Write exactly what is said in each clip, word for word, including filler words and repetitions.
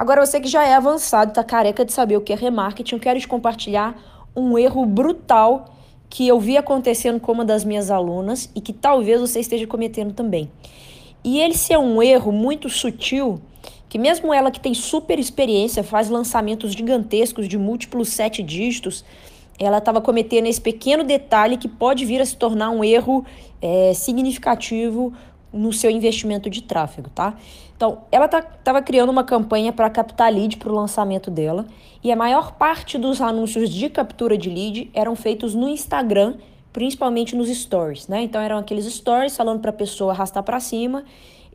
Agora, você que já é avançado, tá careca de saber o que é remarketing, eu quero te compartilhar um erro brutal que eu vi acontecendo com uma das minhas alunas e que talvez você esteja cometendo também. E esse é um erro muito sutil, que mesmo ela que tem super experiência, faz lançamentos gigantescos de múltiplos sete dígitos, ela estava cometendo esse pequeno detalhe que pode vir a se tornar um erro é, significativo no seu investimento de tráfego, tá? Então, ela estava tá, criando uma campanha para captar lead para o lançamento dela e a maior parte dos anúncios de captura de lead eram feitos no Instagram, principalmente nos stories, né? Então, eram aqueles stories falando para a pessoa arrastar para cima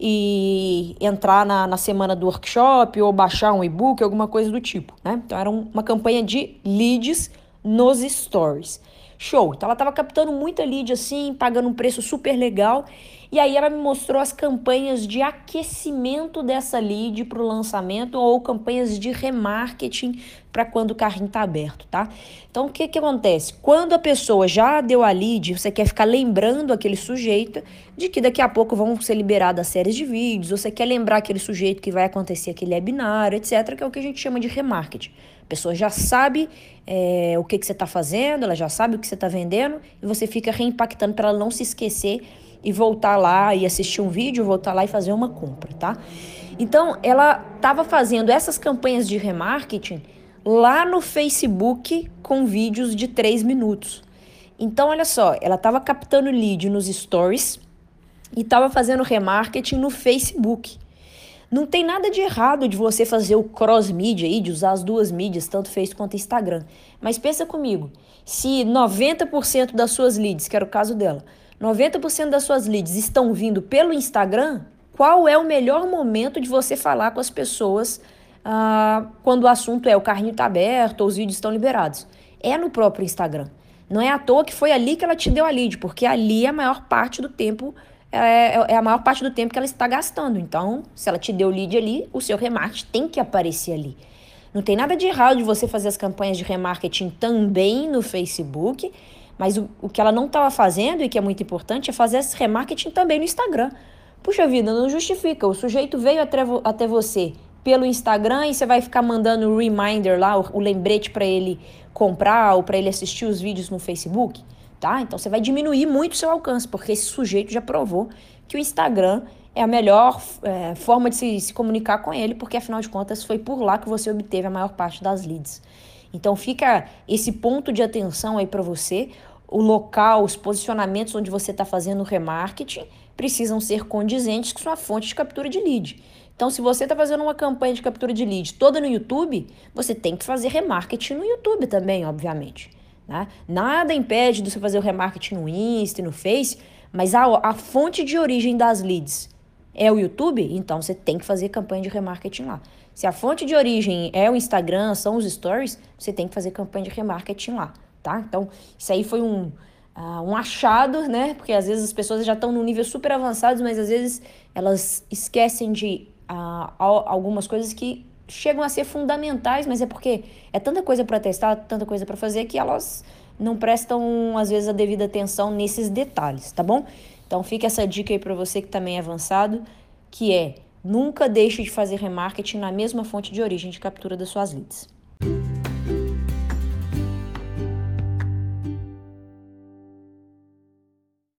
e entrar na, na semana do workshop ou baixar um e-book, alguma coisa do tipo, né? Então, era um, uma campanha de leads nos stories. Show! Então, ela estava captando muita lead assim, pagando um preço super legal. E aí ela me mostrou as campanhas de aquecimento dessa lead para o lançamento ou campanhas de remarketing para quando o carrinho está aberto, tá? Então, o que que acontece? Quando a pessoa já deu a lead, você quer ficar lembrando aquele sujeito de que daqui a pouco vão ser liberadas séries de vídeos, você quer lembrar aquele sujeito que vai acontecer aquele webinar, etcétera, que é o que a gente chama de remarketing. A pessoa já sabe é, o que, que você está fazendo, ela já sabe o que você está vendendo e você fica reimpactando para ela não se esquecer e voltar lá e assistir um vídeo, voltar lá e fazer uma compra, tá? Então, ela estava fazendo essas campanhas de remarketing lá no Facebook com vídeos de três minutos. Então, olha só, ela estava captando lead nos stories e estava fazendo remarketing no Facebook. Não tem nada de errado de você fazer o cross-mídia aí, de usar as duas mídias, tanto Facebook quanto Instagram. Mas pensa comigo, se noventa por cento das suas leads, que era o caso dela, noventa por cento das suas leads estão vindo pelo Instagram, qual é o melhor momento de você falar com as pessoas ah, quando o assunto é o carrinho está aberto ou os vídeos estão liberados? É no próprio Instagram. Não é à toa que foi ali que ela te deu a lead, porque ali é a maior parte do tempo, é, é a maior parte do tempo que ela está gastando. Então, se ela te deu lead ali, o seu remarketing tem que aparecer ali. Não tem nada de errado de você fazer as campanhas de remarketing também no Facebook, mas o, o que ela não estava fazendo, e que é muito importante, é fazer esse remarketing também no Instagram. Puxa vida, não justifica. O sujeito veio até, até você pelo Instagram e você vai ficar mandando o reminder lá, o, o lembrete para ele comprar ou para ele assistir os vídeos no Facebook, tá? Então você vai diminuir muito o seu alcance, porque esse sujeito já provou que o Instagram é a melhor é, forma de se, se comunicar com ele, porque afinal de contas foi por lá que você obteve a maior parte das leads. Então fica esse ponto de atenção aí para você. O local, os posicionamentos onde você está fazendo o remarketing precisam ser condizentes com sua fonte de captura de lead. Então, se você está fazendo uma campanha de captura de lead toda no YouTube, você tem que fazer remarketing no YouTube também, obviamente, né? Nada impede de você fazer o remarketing no Insta e no Face, mas a, a fonte de origem das leads é o YouTube, então você tem que fazer campanha de remarketing lá. Se a fonte de origem é o Instagram, são os stories, você tem que fazer campanha de remarketing lá, tá? Então, isso aí foi um, uh, um achado, né? Porque às vezes as pessoas já estão num nível super avançado, mas às vezes elas esquecem de uh, algumas coisas que chegam a ser fundamentais, mas é porque é tanta coisa para testar, tanta coisa para fazer, que elas não prestam, às vezes, a devida atenção nesses detalhes, tá bom? Então, fica essa dica aí para você que também é avançado, que é: nunca deixe de fazer remarketing na mesma fonte de origem de captura das suas leads.